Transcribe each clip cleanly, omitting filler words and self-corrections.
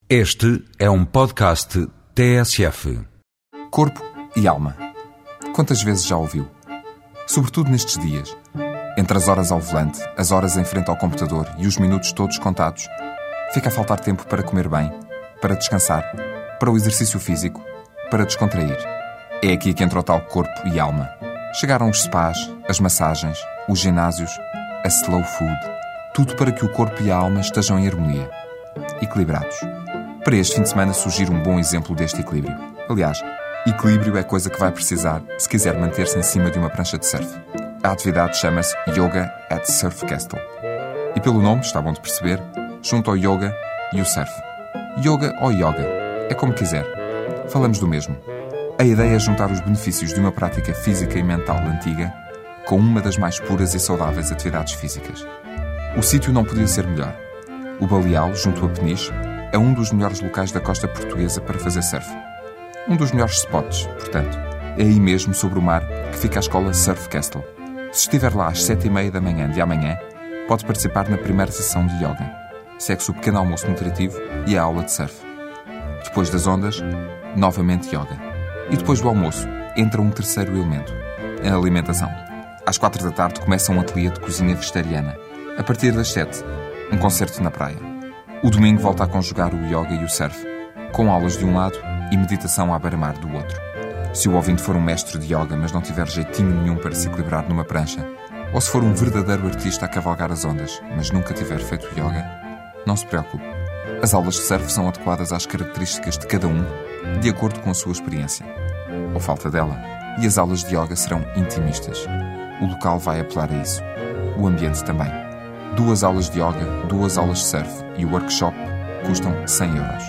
Este é um podcast TSF. Corpo e alma. Quantas vezes já ouviu? Sobretudo nestes dias, entre as horas ao volante, as horas em frente ao computador e os minutos todos contados, fica a faltar tempo para comer bem, para descansar, para o exercício físico, para descontrair. É aqui que entra o tal corpo e alma. Chegaram os spas, as massagens, os ginásios, a slow food. Tudo para que o corpo e a alma estejam em harmonia, equilibrados. Para este fim de semana surgir um bom exemplo deste equilíbrio. Aliás, equilíbrio é coisa que vai precisar se quiser manter-se em cima de uma prancha de surf. A atividade chama-se Yoga at Surf Castle. E pelo nome, está bom de perceber, junto ao yoga e o surf. Yoga ou yoga, é como quiser. Falamos do mesmo. A ideia é juntar os benefícios de uma prática física e mental antiga com uma das mais puras e saudáveis atividades físicas. O sítio não podia ser melhor. O Baleal, junto a Peniche, é um dos melhores locais da costa portuguesa para fazer surf. Um dos melhores spots, portanto. É aí mesmo, sobre o mar, que fica a escola Surf Castle. Se estiver lá às 7h30 da manhã de amanhã, pode participar na primeira sessão de yoga. Segue-se o pequeno almoço nutritivo e a aula de surf. Depois das ondas, novamente yoga. E depois do almoço, entra um terceiro elemento, a alimentação. Às 4 da tarde começa um ateliê de cozinha vegetariana. A partir das 7, um concerto na praia. O domingo volta a conjugar o yoga e o surf, com aulas de um lado e meditação à beira-mar do outro. Se o ouvinte for um mestre de yoga, mas não tiver jeitinho nenhum para se equilibrar numa prancha, ou se for um verdadeiro artista a cavalgar as ondas, mas nunca tiver feito yoga, não se preocupe. As aulas de surf são adequadas às características de cada um, de acordo com a sua experiência, ou falta dela, e as aulas de yoga serão intimistas. O local vai apelar a isso. O ambiente também. 2 aulas de yoga, 2 aulas de surf e o workshop custam 100€.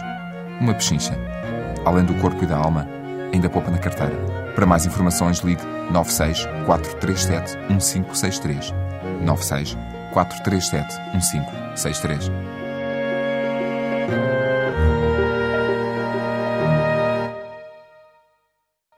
Uma pechincha. Além do corpo e da alma, ainda poupa na carteira. Para mais informações, ligue 96 437 1563. 96 437 1563.